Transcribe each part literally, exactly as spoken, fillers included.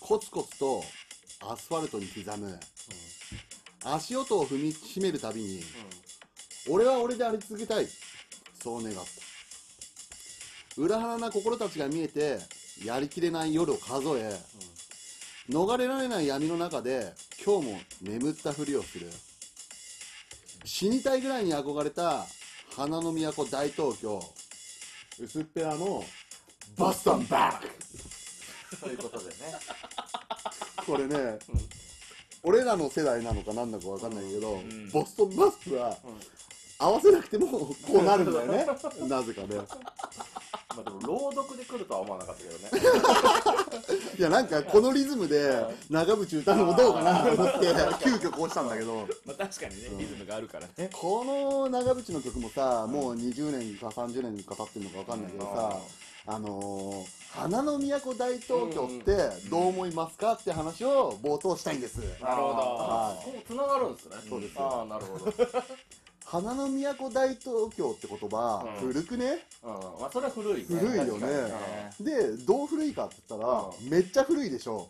コツコツとアスファルトに刻む、うん、足音を踏みしめるたびに、うん、俺は俺であり続けたい、そう願った。裏腹な心たちが見えてやりきれない夜を数え、うん、逃れられない闇の中で今日も眠ったふりをする。死にたいぐらいに憧れた花の都大東京、薄っぺらのボストンバックそういうことでねこれね、うん、俺らの世代なのかなんだか分かんないけど、うん、ボストンバックは、うん、合わせなくてもこうなるんだよねなぜかねまあでも朗読で来るとは思わなかったけどねいやなんかこのリズムで長渕歌うのもどうかなと思って急遽こうしたんだけどまあ確かにね、うん、リズムがあるからね。 この長渕の曲もさ、もうにじゅうねんかさんじゅうねんか経ってるのか分かんないけどさ、あのー、花の都大東京ってどう思いますかって話を冒頭したいんです。 なるほど、はい、こうつながるんですね。 そうですよ。 ああなるほど花の都大東京って言葉、うん、古くね、 うん、まあそれは古いね。 古いよね。で、どう古いかって言ったら、うん、めっちゃ古いでしょ。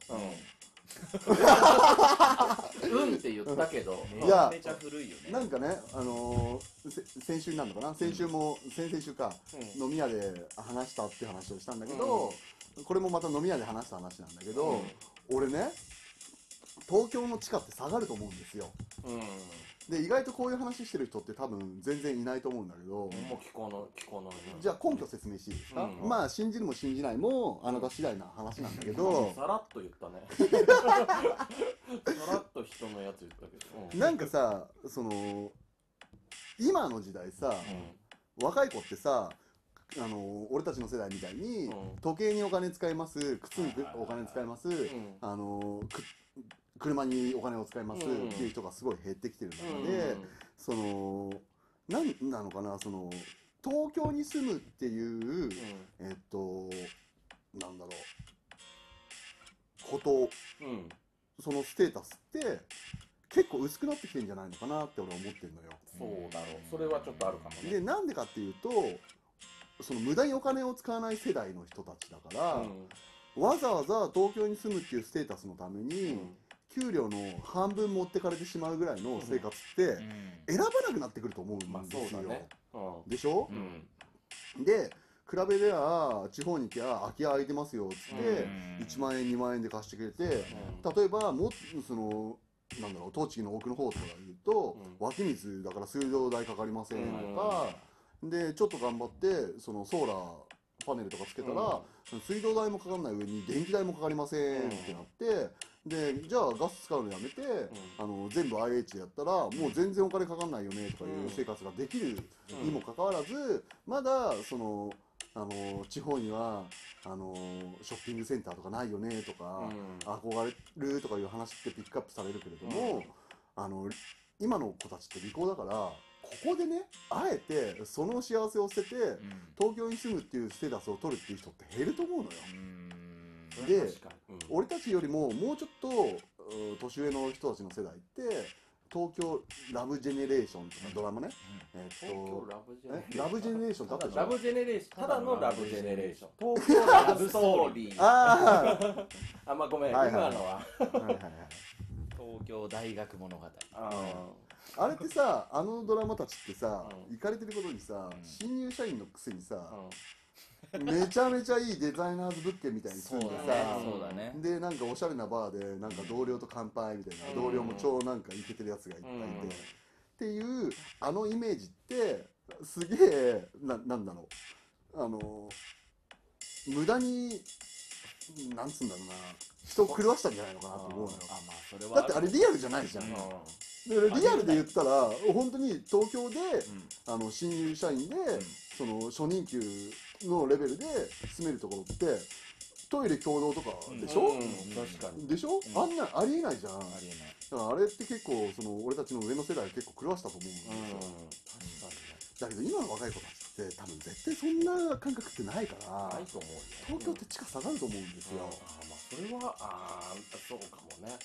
うん、うんって言ったけど、 いやめちゃ古いよね。 なんかね、あのー、先週になるのかな、先週も、うん、先々週か、うん、飲み屋で話したっていう話をしたんだけど、うん、これもまた飲み屋で話した話なんだけど、うん、俺ね、東京の地価って下がると思うんですよ。うんで意外とこういう話してる人って多分全然いないと思うんだけど、もう聞こうの聞こうのじゃあ根拠説明していいですか。うん、まあ信じるも信じないもあなた次第な話なんだけど、 さらっと言ったねさらっと人のやつ言ったけど、 うん、なんかさ、その今の時代さ、うん、若い子ってさ、あの俺たちの世代みたいに、うん、時計にお金使います、靴にお金使います、うん、あの車にお金を使いますっていう人がすごい減ってきてる中で、うん、その何なのかな、その東京に住むっていう、うん、えっとなんだろうこと、うん、そのステータスって結構薄くなってきてるんじゃないのかなって俺は思ってるのよ。 そうだろう、それはちょっとあるかもね。 でなんでかっていうと、その無駄にお金を使わない世代の人たちだから、うん、わざわざ東京に住むっていうステータスのために、うん、給料の半分持ってかれてしまうぐらいの生活って選ばなくなってくると思うんですよ。まあそうだね、うん、でしょ、うん、で比べりゃ地方に行きゃ空き家空いてますよっつっていちまんえんにまんえんで貸してくれて、例えばもそのなんだろう栃木の奥の方とか言うと、湧き水だから水道代かかりませんとか、でちょっと頑張ってそのソーラーパネルとかつけたら、うん、水道代もかかんない上に電気代もかかりませんってなって、でじゃあガス使うのやめて、うん、あの全部 アイエイチ でやったらもう全然お金かかんないよねとかいう生活ができるにもかかわらず、まだそのあの地方にはあのショッピングセンターとかないよねとか、うん、憧れるとかいう話ってピックアップされるけれども、うん、あの今の子たちって利口だからここでねあえてその幸せを捨てて、うん、東京に住むっていうステータスを取るっていう人って減ると思うのよ。で、うん、俺たちよりももうちょっと年上の人たちの世代って東京ラブジェネレーションとかドラマね、 うん、えー、東京ラブジェネレーション、 ラブジェネレーションだったでしょ。 ラブジェネレーション、ただのラブジェネレーション、東京ラブストーリーあああまあごめん、はいはい、今のははいはい、はい、 東京大学物語。 ああれってさ、あのドラマたちってさ、行かれてることにさ、新入社員のくせにさ、めちゃめちゃいいデザイナーズ物件みたいに住んでさ、 そうだね、 でなんかおしゃれなバーでなんか同僚と乾杯みたいな、同僚も超なんかイケてるやつがいっぱいいて、っていうあのイメージってすげえ な, なんだろう、あの無駄になんつうんだろうな、人を狂わしたんじゃないのかなと思うのよ。あ、まあ、それはだってあれリアルじゃないじゃん、うん、でリアルで言ったら本当に東京で、うん、あの新入社員で、うん、その初任給のレベルで住めるところってトイレ共同とかでしょ、うんうん、 確かにでしょ、うん、あんなありえないじゃん。ありえない。 だからあれって結構その俺たちの上の世代は結構狂わしたと思うんですよ、うん、確かに。だけど今の若い子たちって多分絶対そんな感覚ってないからないと思うよ。 東京って地価下がると思うんですよ、うん、 あまあそれはあそうかもね。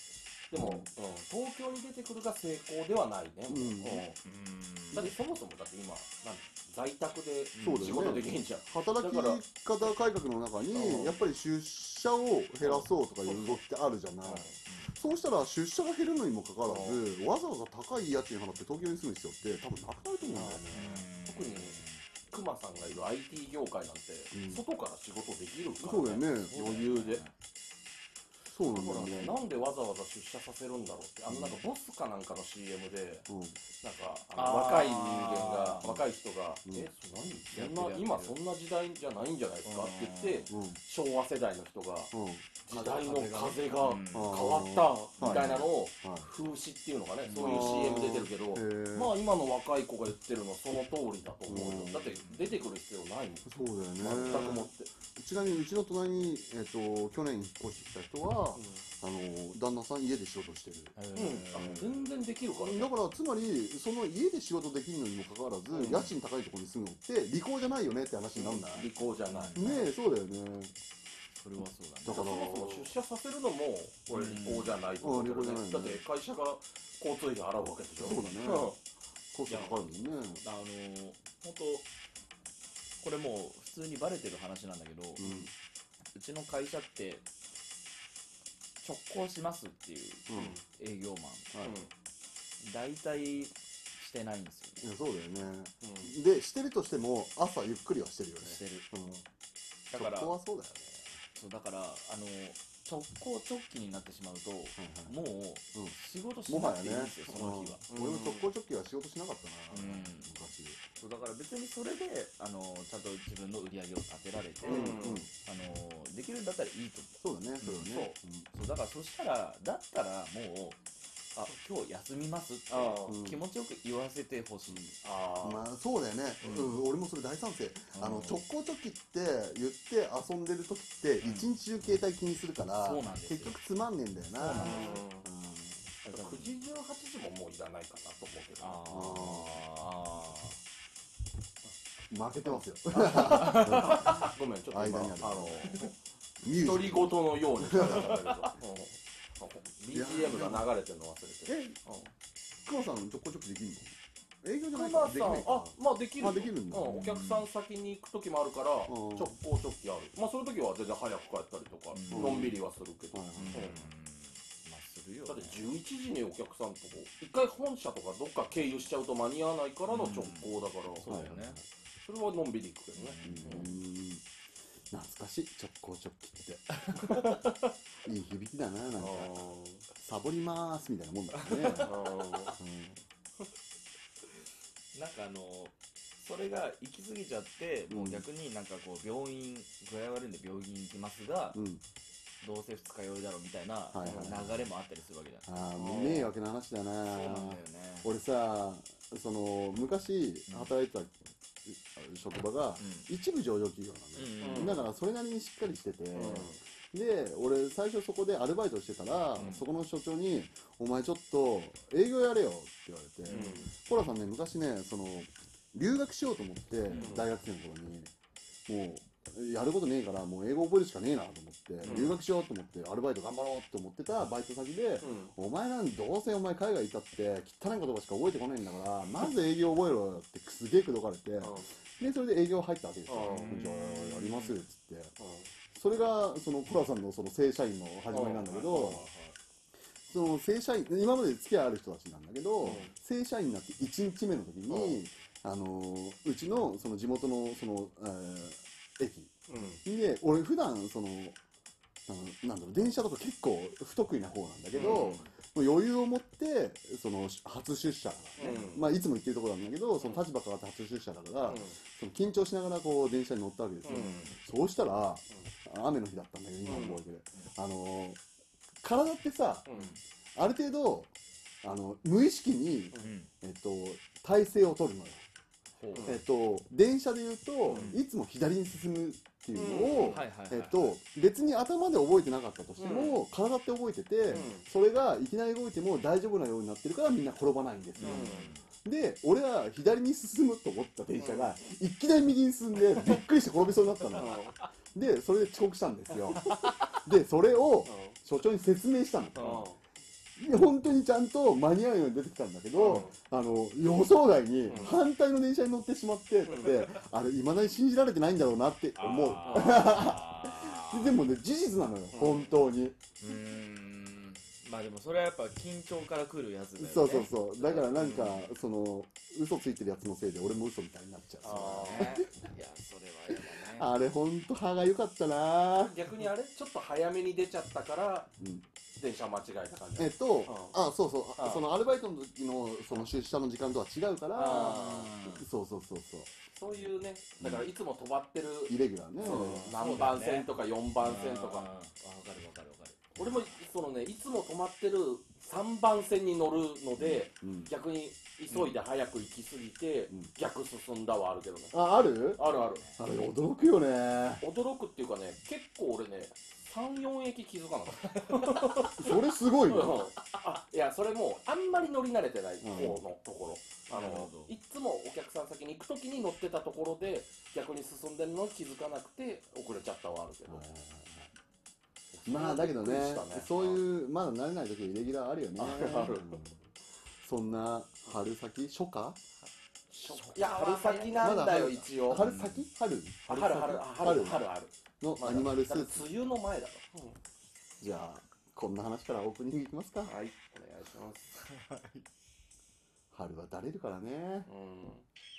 でも、うん、東京に出てくるが成功ではないね、 うんうん、だってそもそもだって今なん在宅でそうだよね仕事できんじゃん、 働き方改革の中うんにやっぱり出社を減らそうとかいう動きってあるじゃない、そうしたら出社が減るのにもかかわらずわざわざ高い家賃払って東京に住む必要って多分なくなると思うんだよね。 特にクマさんがいる アイティー 業界なんて、 うん外から仕事できるから、 そうだよね余裕で。 そうだからね、 なんだよね。 なんでわざわざ出社させるんだろうって、あのなんかボスかなんかの シーエム で、 うんなんかあのあー若い人間が、若い人が、 うんえ、そ何そんやってるな、今そんな時代じゃないんじゃないですかって言って、 うん昭和世代の人が、 うん時代の風がうん変わったみたいなのを、 はい風刺っていうのがね、そういう シーエム 出てるけど、 へーまあ今の若い子が言ってるのはその通りだと思うよ。 うんだって出てくる必要ないもん。 そうだよ全くもね。 って。 ちなみにうちの隣に、えっと去年引っ越してきた人は、あの旦那さん家で仕事してる。 うん、あ全然できるからね。 だからつまりその家で仕事できるのにもかかわらず、 うん家賃高いところに住むのって利口じゃないよねって話になるんだ、 利口じゃない。 ねえそうだよね。 それはそうだねだからそもそも出社させるのも俺利口じゃないと思うけどね、 うんだって会社が交通費払うわけでしょ。 そうだねんコストかかるもんね。 あのー、本当これもう普通にバレてる話なんだけど、ううんちの会社って直行しますっていううん営業マンはい大体してないんですよね。 いやそうだよね。 うんでしてるとしても朝ゆっくりはしてるよね。 してる。 うんだからそこはそうだよね。 そうだからあの直行直帰になってしまうと、 はいはいもううん仕事しもはやねなくていいんですよ、その日は。 うん俺も直行直帰は仕事しなかったな、 うん昔。 そうだから別にそれであのちゃんと自分の売り上げを立てられて、 うんうんあのできるんだったらいいと思う。 そうだねそれはね。 そうだからそしたらだったらもうあ今日休みますってああうん気持ちよく言わせてほしい。 あまあそうだよね、 ううんん俺もそれ大賛成、 うんあの直行直帰って言って遊んでる時ってうん一日中携帯気にするから、 そうなんですよ結局つまんねえんだよな。 そうなんですうんくじじゅうはちじももういらないかなと思うけど、 あうん負けてますよ。 ごめんちょっと今間にあるあのミュージ独り言のように喋ったけど、うん ビージーエム が流れてるの忘れてる。 え、熊さん直行直帰できるの？営業じゃないクマからできないかさん、あ、まあできるよ。 あできるんだうんお客さん先に行く時もあるから、 ん直行直帰ある。まあそういう時は全然早く帰ったりとか、 うんのんびりはするけど。 はいーうんまあするよね。 だってじゅういちじにお客さんとこ一回本社とかどっか経由しちゃうと間に合わないからの直行だから、 そうだよね。 それはのんびり行くけどね。 うん懐かしい直行直帰っていい響きだな。なんかサボりまーすみたいなもんだからね。 あーうんなんかあのそれが行き過ぎちゃって、もう逆になんかこう病院具合悪いんで病院行きますが、 うんどうせ二日酔いだろみたいなはいはい流れもあったりするわけじゃない。 ああ迷惑な話だな。 そうなんだよね。 俺さその昔働いてた職場が一部上場企業なのよ、 うんだからそれなりにしっかりしてて、 うで俺最初そこでアルバイトしてたら、 うんそこの所長に「お前ちょっと営業やれよ」って言われて、 んコラさんね昔ねその留学しようと思って、 ん大学生の頃にもうやることねえからもう英語覚えるしかねえなと思って、 うん留学しようと思ってアルバイト頑張ろうと思ってたバイト先で、お前なんどうせお前海外いたって汚い言葉しか覚えてこないんだからまず営業覚えろよってすげえ口説かれて、でそれで営業入ったわけですよ、 うんじゃあやりますよっつってそれがそのコラさんのその正社員の始まりなんだけど、その正社員今まで付き合いある人たちなんだけど、 うん正社員になっていちにちめの時に、あのうちのその地元のその、えー駅で俺普段そのあのなんだろう電車とか結構不得意な方なんだけど、もう余裕を持ってその初出社だからね、 うんまあいつも言ってるところなんだけどその立場変わって初出社だから、その緊張しながらこう電車に乗ったわけですよ、そうしたら、雨の日だったんだけど今の覚えてる、あの体ってさある程度あの無意識に、 うんえっと、体勢を取るのよ、 ほうえっと、電車で言うと、 うんいつも左に進むっていうのを、 うんはいはいはいえっと、別に頭で覚えてなかったとしても、体って覚えてて、それがいきなり動いても大丈夫なようになってるからみんな転ばないんですよ、で俺は左に進むと思った電車が、いきなり右に進んでびっくりして転びそうになったの、でそれで遅刻したんですよでそれを所長に説明したの、 で本当にちゃんと間に合うように出てきたんだけど、うん、あの予想外に反対の電車に乗ってしまってって、うん、あれいまだに信じられてないんだろうなって思うでもね事実なのよ、うん、本当に。うーん、まあでもそれはやっぱ緊張から来るやつだよね。 そうそうそう、だからなんか、うん、その嘘ついてるやつのせいで俺も嘘みたいになっちゃう。 ああ、ね、いやそれはやだね。 あれほんと歯が良かったな。 逆にあれちょっと早めに出ちゃったから、うん、電車間違えた感じ。 えっと、うん、あそうそう、そのアルバイトの時のその出社の時間とは違うから、そうそうそうそう、 そういうね、だからいつも止まってる、 イレギュラーね、 何番線とかよんばん線とか、わかるわかるわかる。 俺もそのね、いつも止まってるさんばん線に乗るので、うん、逆に急いで早く行き過ぎて、うん、逆進んだはあるけどね。 あ、あるあるある。 あれ驚くよね。 驚くっていうかね、結構俺ね、さん、よん駅気づかなかった。 それすごいよ。 あ、いや、それもあんまり乗り慣れてない方のところ。うん、あの、いつもお客さん先に行くときに乗ってたところで、逆に進んでるのに気づかなくて遅れちゃったはあるけど。 まあだけどね、ね、そういうまだ慣れない時イレギュラーあるよね。ある、うん、そんな春先初夏いや春先なんだよ、一応春先春春春春春春あるのアニマルスーツ、 梅雨の前だろ、うん、 じゃあこんな話からオープニングいきますか。はい、 お願いします春はだれるからね、うん。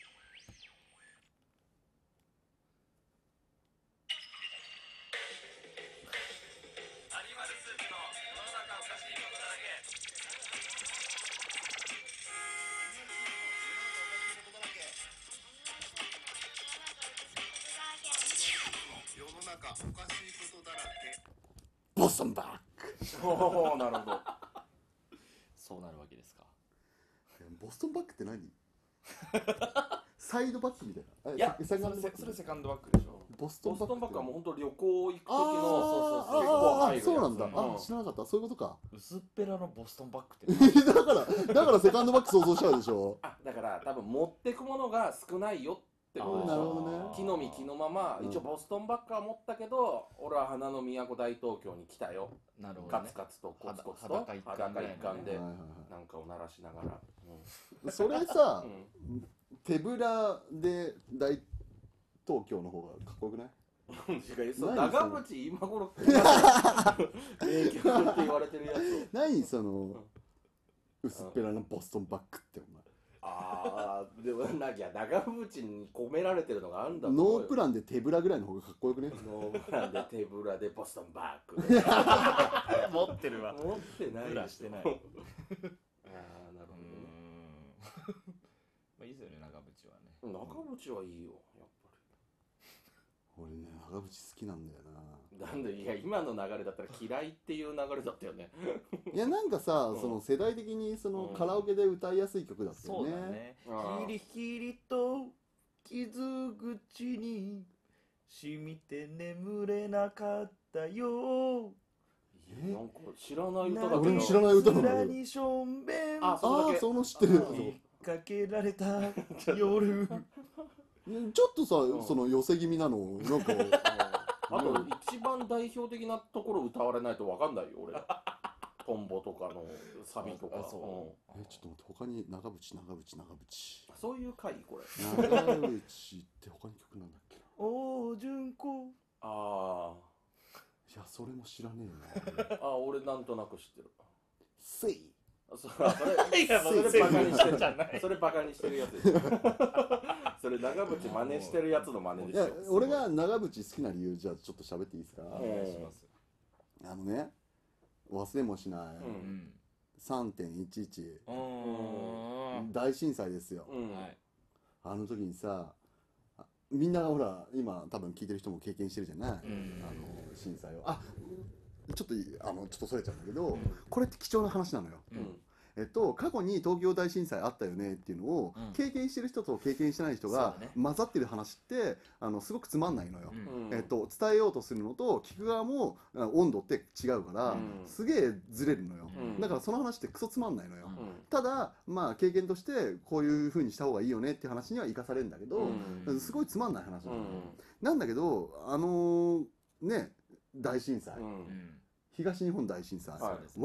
おかしいことだらけ。ボストンバック。 おお、なるほど。 そうなるわけですか。 ボストンバックって何？サイドバックみたいな。 いや、それそれセカンドバックでしょ。 ボストンバック。 ボストンバックはもう本当旅行行く時の、そうそうそう、そうなんだ。あ、知らなかった。そういうことか。 薄っぺらのボストンバックってだからだからセカンドバック想像しちゃうでしょ。 あ、だから多分持ってくものが少ないよってことでしょ。 なるほどね。 木の実木のまま、一応ボストンバッグは持ったけど、俺は花の都大東京に来たよ。 なるほど、 カツカツとコツコツと裸一貫でなんかを鳴らしながら、 うん、それさ、うん、手ぶらで大東京の方がかっこよくない？ そう長渕今頃名曲って言われてるやつ。 何その薄っぺらなボストンバッグってお前。 ああ、でもなきゃ長渕に込められてるのがあるんだ。 ノープランで手ぶらぐらいの方がかっこよくね？ ノープランで手ぶらでボストンバッグ持ってるわ。 持ってない。 ブラしてない。ああ、 なるほどね。 まあいいですよね、長渕はね。 長渕はいいよ、やっぱり。俺ね、長渕好きなんだよな。 なんで、いや今の流れだったら嫌いっていう流れだったよね。 いやなんかさ、うん、その世代的にそのカラオケで歌いやすい曲だったよね。そうだね。 ヒリヒリと傷口に染みて眠れなかったよ。 え、なんか知らない歌だけど。 俺も知らない歌なのよ。 あ、 あ、その知ってる。 引っ掛けられた夜。 ちょっとさ、うん、その寄せ気味なのなんか。 あと一番代表的なところ歌われないと分かんないよ俺。トンボとかのサビとか。そう、うん、え、ちょっと待って、他に長渕長渕長渕。 そういう回これ。 長渕って他に曲なんだっけな。 おー、純子。 ああ。 いや、それも知らねえな。あ、俺なんとなく知ってる。 せい。 それいや、それバカにしてるじゃない。それバカにしてるやつ。それ長渕真似してるやつの真似でしょ。 いや、俺が長渕好きな理由、じゃあちょっと喋っていいですか？ お願いします。 あのね、忘れもしない、うん、さんてんいちいち 大震災ですよ、うん、あの時にさ、みんなほら今多分聞いてる人も経験してるじゃない、うん、あの震災を。あ、ちょっとあのちょっとそれちゃうんだけど、うん、これって貴重な話なのよ、うん、えっと、過去に東京大震災あったよねっていうのを、うん、経験してる人と経験してない人が混ざってる話ってあのすごくつまんないのよ、うん、えっと、伝えようとするのと聞く側も温度って違うから、うん、すげえずれるのよ、うん、だからその話ってクソつまんないのよ、うん、ただまあ経験としてこういう風にした方がいいよねっていう話には生かされるんだけど、うん、すごいつまんない話なのよ、うん、なんだけどあのー、ね大震災、うん、東日本大震災は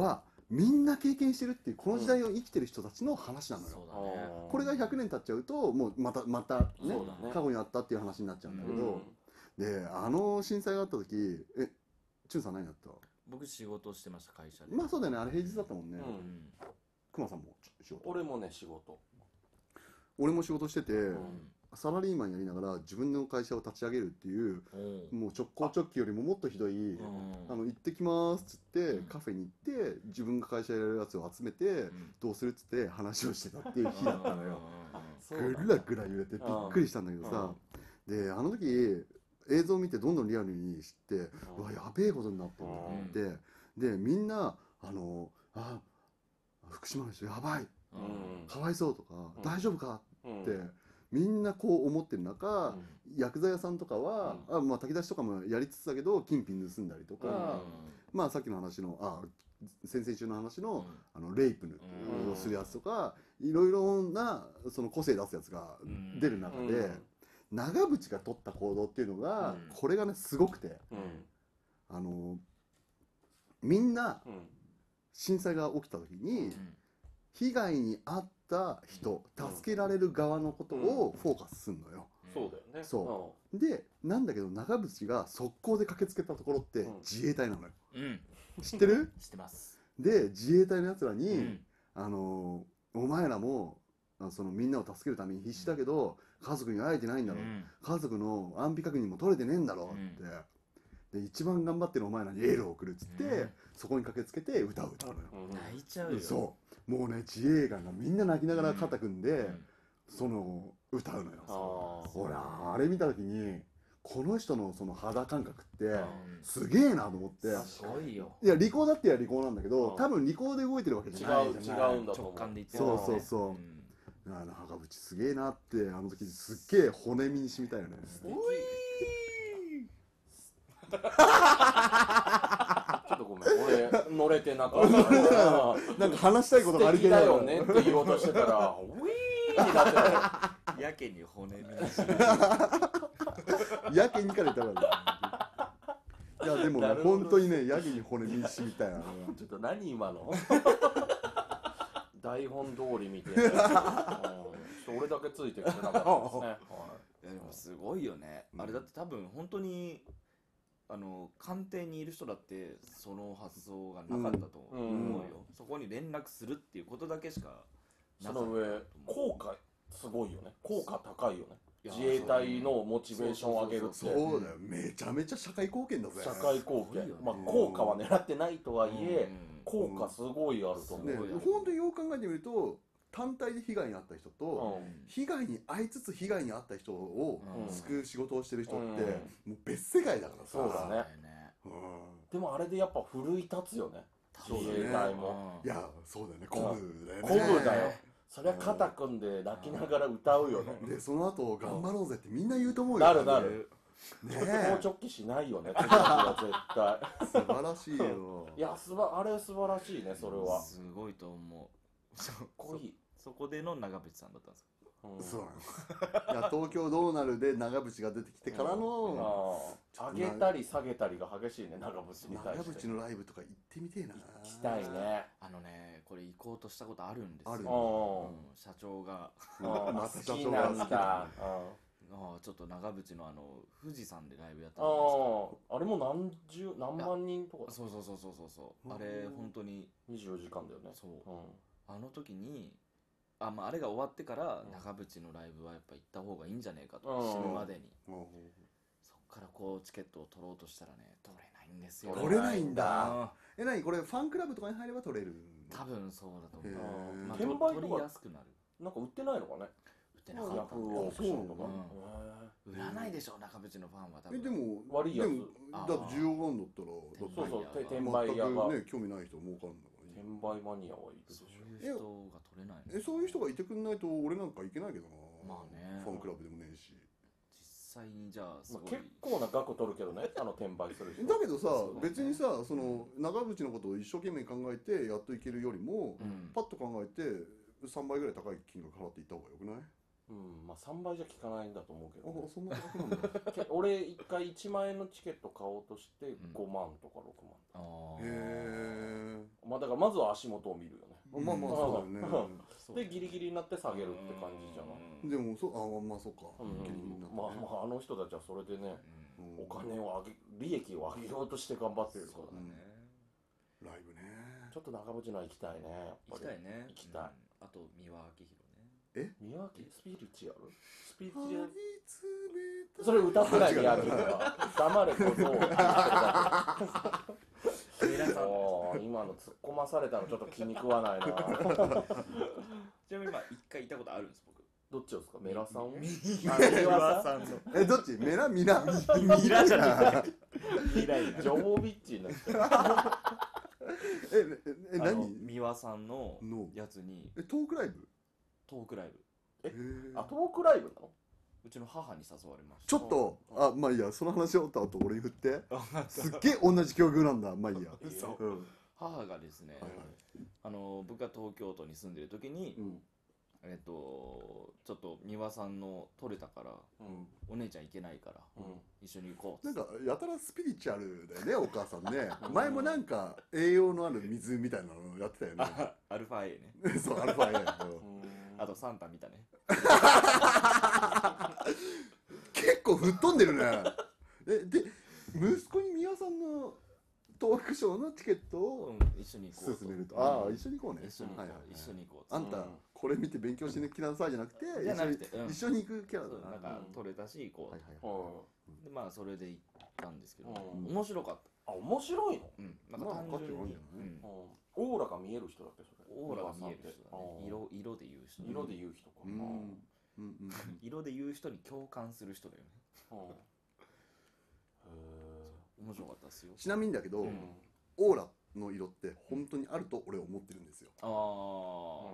みんな経験してるっていうこの時代を生きてる人たちの話なのよ、 そうだね。 これがひゃくねん経っちゃうともうまたまたねそうだね過去にあったっていう話になっちゃうんだけうど、 んであの震災があった時えチュンさん何やった？ 僕仕事してました、会社で。 まあそうだよね、あれ平日だったもんね。 うんくまさんも仕事？ 俺もね仕事俺も仕事してて、 んサラリーマンやりながら自分の会社を立ち上げるっていううんもう直行直帰よりももっとひどい、 うんあの行ってきますっつって、 うんカフェに行って自分が会社やれるやつを集めて、どうするっつって話をしてたっていう日だったのよ。 そうだねぐらぐら揺れてびっくりしたんだけどさ、であの時映像を見てどんどんリアルに知って、うわやべえことになったんだと思って、でみんなあのあ福島の人やばい、 うんかわいそうとか、 うん大丈夫かうんって、みんなこう思ってる中、薬剤屋さんとかは、あまあ、炊き出しとかもやりつつだけど金品盗んだりとか、まあさっきの話のあ先々週の話の,、あのレイプうんをするやつとか、いろいろなその個性出すやつが出る中で、長渕が取った行動っていうのが、 うんこれがねすごくて、 うんあのみんなうん震災が起きた時に、被害に遭った人、 うん助けられる側のことをフォーカスするのよ。 そうだよねそでなんだけど長渕が速攻で駆けつけたところってうん自衛隊なのよ。 うん知ってる？ 知ってます。 で自衛隊のやつらに、 うんあのお前らもあそのみんなを助けるために必死だけど家族に会えてないんだろ、 うん家族の安否確認も取れてねえんだろって、で一番頑張ってるお前らにエールを送るっつって、 うんそこに駆けつけて歌を歌うのよ。 泣いちゃうよ。 そうもうね自衛官がみんな泣きながら肩組んで、 うんその歌うのよ。 あほらあれ見た時にこの人のその肌感覚ってうんすげえなと思って、 すごいよ。 いや利口だってや利口なんだけど、 うん多分利口で動いてるわけじゃないじゃない。 違う違うんだと思う直感で言ってそうそうそうあの長渕すげえなってあの時すっげえ骨身に染みたよね。 ちょっとごめん俺乗れてなかったからなんか話したいことがあり素敵だげないよねって言おうとしてたらウィーンになってやけに骨身にしみやけにから言ったからいやでもねなるほど本当にねやけに骨身に染みたよね。 ちょっと何今の台本通りみたいな、うん、ちょっと俺だけついてきてなかったですね、 いやでもすごいよね、 うんあれだって多分本当にあの官邸にいる人だってその発想がなかったと思うよ、 うんそこに連絡するっていうことだけしかなその上かったと思う効果すごいよね、効果高いよね、 いや自衛隊のモチベーションを上げるってそうだよめちゃめちゃ社会貢献だぜ。 社会貢献、 すごいよねまあ効果は狙ってないとはいえ、 うん効果すごいあると思う、 ねすごいよ本当によく考えてみると単体で被害に遭った人と、 うん被害に遭いつつ被害に遭った人をうん救う仕事をしてる人って、 うんもう別世界だからさ。 そうだねうんでもあれでやっぱ奮い立つよね、 そうだね自衛隊もいやそうだよね鼓舞だよね。 鼓舞だよ、そりゃ肩組んで泣きながら歌うよね、 でその後頑張ろうぜってみんな言うと思うよ。 なるなるね直え直帰しないよね、次の日は絶対素晴らしいよ。 いやすばあれ素晴らしいね、それはすごいと思う。そこいい、 そこでの長渕さんだったんですか。 うんそうなの。いや東京どうなるで長渕が出てきてからの、 ああ上げたり下げたりが激しいね、長渕に対長して渕のライブとか行ってみてえな。 行きたいね、 あのねこれ行こうとしたことあるんですよ。 あるううん社長がんうんまた好社長がきなん好きだだ、 あちょっと長渕のあの富士山でライブやったうんんですあああれも何十何万人とかそうそうそうそうそうそううんあれ本当ににじゅうよじかんだよね、 そううんあの時にあ、まあ、あれが終わってからうん長渕のライブはやっぱ行った方がいいんじゃねえかと、 うん死ぬまでにうんそっからこうチケットを取ろうとしたらね取れないんですよ。 取れないんだうんえ、なにこれファンクラブとかに入れば取れる？ 多分そうだと思う、 へーまあ、 転売とかと取りやすくなる。 なんか売ってないのかね、 売ってなかったヤフーオークションとか、 うんへ売らないでしょ中渕のファンは多分。 え、でも悪いやつでもだって需要があるんだったらだってそうそう転転売屋が全くね興味ない人儲かるんだからいい。 転売マニアはいるでしそうょ、 いう人が取れないの。 え、そういう人がいてくんないと俺なんか行けないけどな。 まあねファンクラブでもねえし。 実際にじゃあすまあ、 ごい、 結構な額取るけどね、あの転売する人だけどさそうだね別にさその長渕のことを一生懸命考えてやっといけるよりもうんパッと考えてさんばいぐらい高い金額払っていった方がよくない？ うん、まあさんばいじゃ効かないんだと思うけど、ねあ、そんな高くなんだ。 け俺一回いちまん円のチケット買おうとしてんごまんとかろくまん、 あーへえ。 ままあだからまずは足元を見るよね。 まあまあそうだよね。 でギリギリになって下げるって感じじゃない。 でもそう、あまあそうか、 うんギリギリになってね。 まあまああの人たちはそれでね、 うんお金を上げ利益を上げようとして頑張ってるからね。 ライブね。 ちょっと長渕のは行きたいね、やっぱり。 行きたいね。 行きたい。 あと三輪明宏ね。 宮脇スピリチュアルスピリチュアル張り詰めたそれ歌ってない宮脇は黙れ小僧って言ってるだけ。 メラさん。 おー今の突っ込まされたのちょっと気に食わないな。 ちなみに今一回行ったことあるんです僕。 どっちですか、メラさんを。 三輪さんの。 え、どっちメラミラミラじゃない。ミライジョボビッチになってる。 え、え、え、 あの何三輪さんののやつにえ、トークライブトークライブ。 えへーあ、トークライブなの。 うちの母に誘われました。 ちょっと、あ、まあいいや、その話をった後俺に振って。すっげえ同じ境遇なんだ。まあいいや。 嘘うん。 母がですね、 はいはい。 あの僕が東京都に住んでる時に、 うんえっとちょっと三輪さんの取れたからうんお姉ちゃん行けないからうん一緒に行こうっつって。 なんかやたらスピリチュアルだよね、お母さんね。前もなんか栄養のある水みたいなのやってたよね。 あアルファ A ね。 そう、アルファ A。 あとサンタ見たね。 結構吹っ飛んでるね。え、で、息子に宮さんのトークショーのチケットうをん一緒に行こうと。 勧めると。ああ、一緒に行こうね。 一緒に行こう、 はいはいはい一緒に行こうっつあんたって。 これ見て勉強しに来なさいじゃなくて、 じゃなくてうん一緒に一緒に行くキャラそうなんだな。 か取れたし行こうはいと。 はいはい。 でまあそれで行ったんですけど、 うん面白かった。 あ、面白いの。 うん、なんかまあ単純に、 分かってるもんじゃないうんオーラが見える人だっけそれ。 オーラが見える人だね。 うん色色で言う人。 色で言う人か。 うん。うんうんうん。 色で言う人に共感する人だよね。 うんへ面白かったですよ。 ちなみにだけど、 ーうんオーラの色って本当にあると俺は思ってるんですよ。 ああ、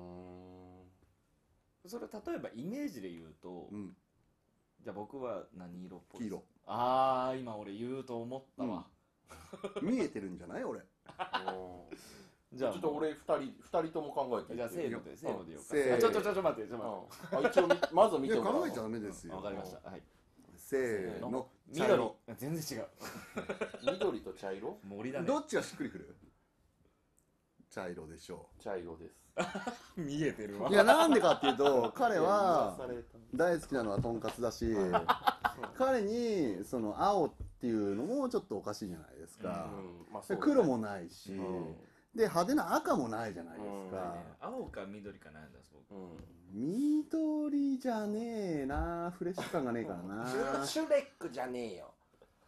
それ例えばイメージで言うと、 うん。 じゃあ僕は何色っぽい黄色。 ああ今俺言うと思ったわ。 見えてるんじゃない俺。 じゃあちょっと俺二人二人とも考えて。 じゃあせーのでせーのでよかせーあちょちょちょちょ待ってちょ待って。 あ一応みまず見いやてもらおう。 考えちゃダメですよ。 わかりました。はい。 せーの。茶緑色。 全然違う。 緑と茶色。 森だね。 どっちがしっくりくる？茶色でしょ茶色です。 見えてるわう。いやなんでかっていうと彼は言わされた大好きなのはとんかつだし、彼にその青っていうのもちょっとおかしいじゃないですか。 うんまあそうだね黒もないし、 うんで派手な赤もないじゃないですか。 青か緑かなんだ僕。 うん緑じゃねえな、フレッシュ感がねえからな。 シュレックじゃねえよ。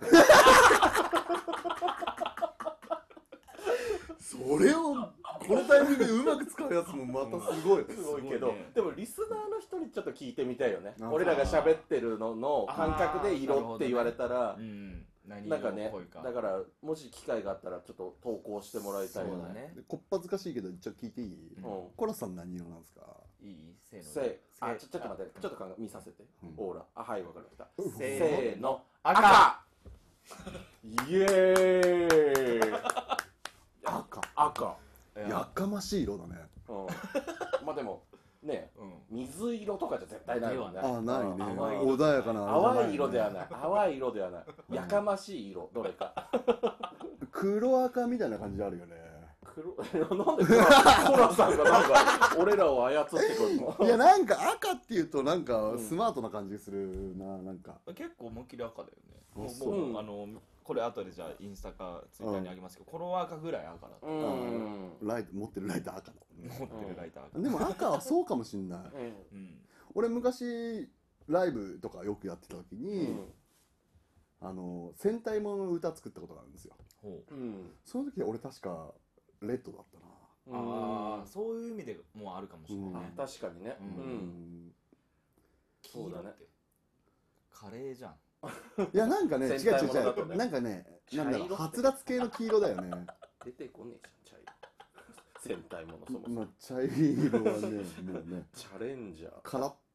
それをこのタイミングでうまく使うやつもまたすごい。 すごいけど、 すごいねでもリスナーの人にちょっと聞いてみたいよね。 あ俺らが喋ってるのの感覚で色って言われたらう、ん。何なんかね色っぽいか。 だからもし機会があったらちょっと投稿してもらいたいよね。 そうだね。 でこっぱずかしいけど一応聞いていい？ うん。 コラさん何色なんですか？ いいせーのせで。 あちょちょっと待ってちょっと考え見させて。 うんオーラあはいわかりました。 せせーの赤。 イエーイ。 赤。 赤。 やかましい色だね。 うん。まあでもねうん。 水色とかじゃ絶対ないもんね。 あ、ないね。 淡い穏やかな。 淡い色ではない。淡い色ではない。やかましい色どれか。 黒赤みたいな感じあるよね。 黒なんでコラさんがなんか俺らを操ってくるの？ いやなんか赤っていうとなんかうんスマートな感じするな、なんか。 結構思いっきり赤だよね。もうそうもううんあのこれ後でじゃあインスタかツイッターにあげますけど、この赤ぐらい赤だった。 うん。 ライト持ってるライト赤だ。 持ってるライター赤。 でも赤はそうかもしんない。 うん。 俺昔ライブとかよくやってた時うに、 ん。 あの戦隊ものの歌作ったことがあるんですよ。 ほう。 うん。 その時俺確かレッドだったな。 ああそういう意味でもうあるかもしれないうんね。 確かにね。 ううんん。 黄色ってカレーじゃん。 いやなんかね違う戦隊違うものだとね違うなんかねなんだろう茶色ってはつらつ系の黄色だよね。 出てこねえじゃん茶色。戦隊ものそもそも。 まあ茶色はねもうねチャレンジャー。 カラッ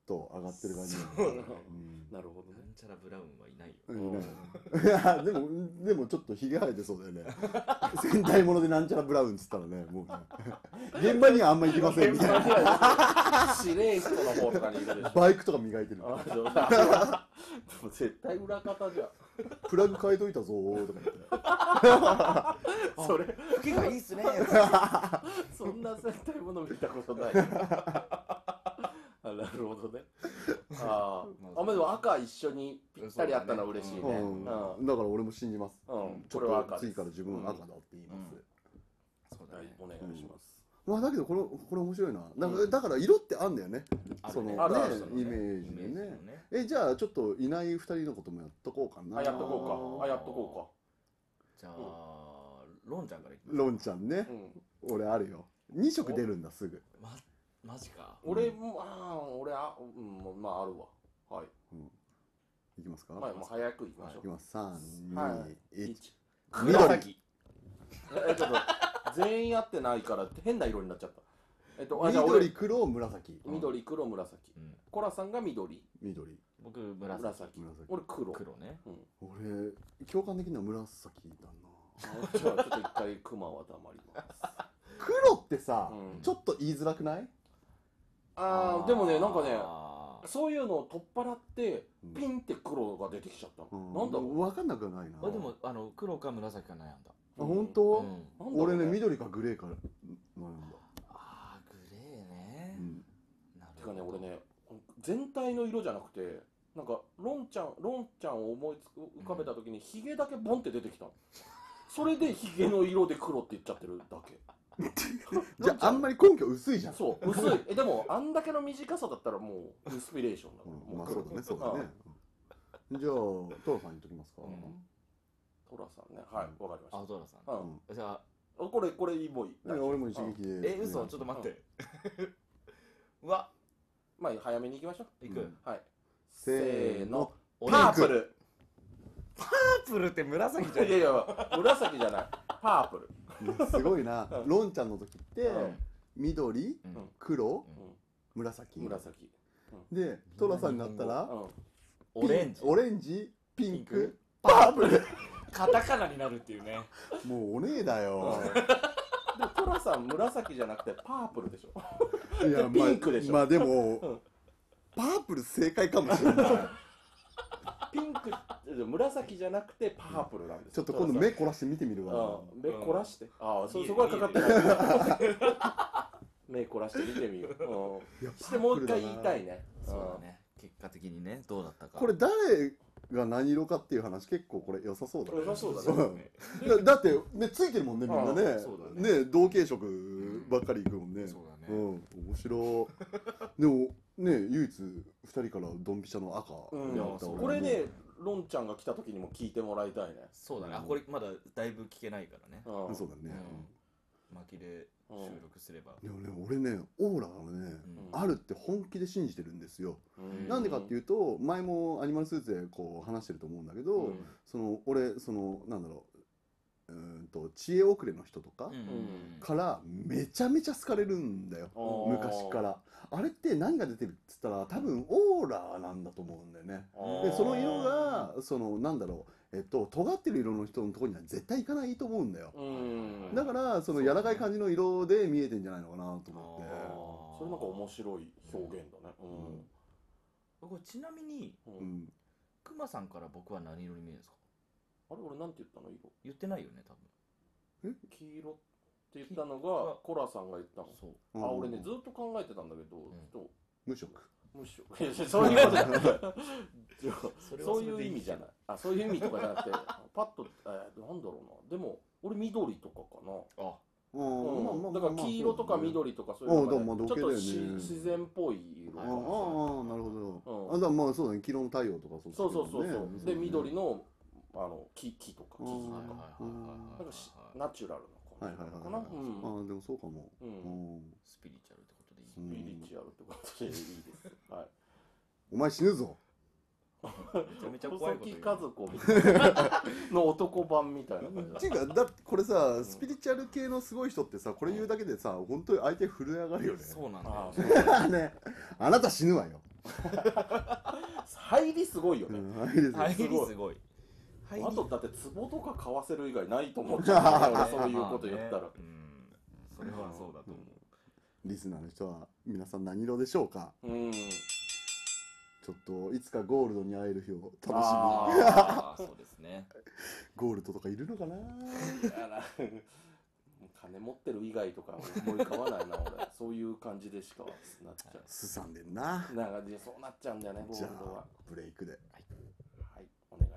と上がってる感じ、 そううんなるほどね。 なんちゃらブラウンはいないよ。 うんいやでもでもちょっとひげ生えてそうだよね戦隊ものでなんちゃらブラウンっつったらねもうね現場にはあんま行きませんみたいな司令室の方とかにいるでしょ。 バイクとか磨いてるあそうだでも絶対裏方じゃん。 プラグ変えといたぞーとか言ってそれ吹きがいいっすね。 そんな戦隊もの見たことない。あなるほどね。あーあ、まあでも赤一緒にぴったりあったのは嬉しいね。 うんうんだから俺も信じます、 うんちょこれは赤ですっと次から自分は赤だって言います、 そうだね。 はいお願いします。 まあだけどこのこれ面白いなだから,、 うんだから色ってあんだよねあるねそのねあるあるイメージでイメージのねね。 えじゃあちょっといないふたりのこともやっとこうかなあやっとこうか。あやっとこじゃあロンちゃんからいきます。 ロンちゃんねうか。うん。 俺あるよに色出るんだすぐまマジか。 俺もあー俺あうんまああるわ。はい。 いきますか、 まあもう早く行きましょいきますさんにはいいち一紫。 えちょっと全員合ってないから変な色になっちゃった。えっとあじゃあ俺緑黒紫緑黒紫。 うん。 コラさんが緑緑僕紫。 紫。 紫俺黒。 黒ね。 うん。 俺共感できるのは紫だなじゃあちょっと一回クマは黙ります。 黒ってさ、 うんちょっと言いづらくないあーでもねなんかねあーそういうのを取っ払ってうんピンって黒が出てきちゃったの。 うんなんだろう。 分かんなくはないなあでもあの黒か紫か悩んだ。 あ本当、 うん。 なんだろう俺ね緑かグレーか悩んだ、 あーグレーね。 うんなるてかね俺ね全体の色じゃなくてなんかロンちゃんロンちゃんを思いつく浮かべた時にヒゲだけボンって出てきたの。それでヒゲの色で黒って言っちゃってるだけ。 じゃああんまり根拠薄いじゃんそう薄いえでもあんだけの短さだったらもうインスピレーションだから、 うん、まもあそうだねそうだね、うんじゃあトラさん言っときますか、 うんトラさんねはいわかりまし青空さん。 た。うんうんじゃああこれこれもういい。 ね俺も一撃でえ嘘ちょっと待って。うわまあ早めに行きましょう。 いく。 うんはいせーのオパープル。 パープルって紫じゃん。 いやいや紫じゃないパープル。 ねすごいなロンちゃんの時って、 うん緑うん黒う紫ん紫。 でトラさんになったらうんオレンジピンオレンジピンピンククパープルカタカナになるっていうね。 もうお姉だよでトラさん紫じゃなくてパープルでしょ。 いやピンクでしょまあ、まあでも、 うんパープル正解かもしれないピンク紫じゃなくてパープルなんですちょっと今度目凝らして見てみるわ、 うん目凝らして、ああそいいそこはかかってない目凝らして見てみよう、 いやうん、してもう一回言いたいね。 そうだね。結果的にねどうだったか。 これ誰が何色かっていう話結構これ良さそうだね良さそうだねうんだだってねついてるもんねみんなねうんそうだねね同系色ばっかりいくもんね、 そうだね。 うん面白いでもね唯一ふたりからドンピシャの赤うんやった俺これねロンちゃんが来た時にも聞いてもらいたいね。 そうだね。あこれまだだいぶ聞けないからね。 うんそうだね、 巻きで収録すれば。 でもね俺ねオーラがね、 うんあるって本気で信じてるんですよ、 うんなんでかっていうと前もアニマルスーツでこう話してると思うんだけど、 うんその俺そのなんだろううーんと知恵遅れの人とかうんからめちゃめちゃ好かれるんだよ、 あー昔からあれって何が出てるっつったら多分オーラなんだと思うんだよねあーでその色がそのなんだろうえっと尖ってる色の人のところには絶対いかないと思うんだようんだからその柔らかい感じの色で見えてんじゃないのかなと思ってあーそれなんか面白い表現だね。 これちなみにうんうんうんクマさんから僕は何色に見えるんですか。 あれ俺なんて言ったの色言ってないよね多分。 黄色って言ったのがコラさんが言ったの。 そう。 あ俺ねずっと考えてたんだけど、 んちょっ無色とむしろいやいやそういうことじゃないそれはそういう意味じゃない。あそういう意味とかじゃなくてパッと、えー、なんだろうなでも俺緑とかかな。 あうんまあまあまあだから黄色とかそうだね緑とかそういうのが、ねああどうもちょっと同系だよねし自然っぽい色ああかもなるほど、 うんあだからまあそうだね昨日の太陽とかそうそうそうそうそう、 ねで緑のあの木木とか木々 うんとかうんなんかしナチュラルな感じかな、 はいはいはいうんああでもそうかもううんんスピリチュアルってことでいい。 うんスピリチュアルってことでいいです。はい。 お前死ぬぞめちゃめちゃ怖いこと言う。 細木家族みたいなの男版みたいな感じっていうかだってこれさスピリチュアル系のすごい人ってさこれ言うだけでさ本当に相手震え上がるよねそうなんだあよあ、そうねあなた死ぬわよ入りすごいよね、 うん、入りです入りすごい。 あとだって壺とか買わせる以外ないと思っちゃうね俺そういうこと言ったら、 まあねうん、それはそうだと思う。 リスナーの人は皆さん何色でしょうか。 うんちょっといつかゴールドに会える日を楽しみに。 ああ、そうですね。 ゴールドとかいるのかな。 だから金持ってる以外とか思い浮かばないな俺そういう感じでしかなっちゃうすさんでんな。 なんかそうなっちゃうんだよねゴーじゃルドはあブレイクで。 はい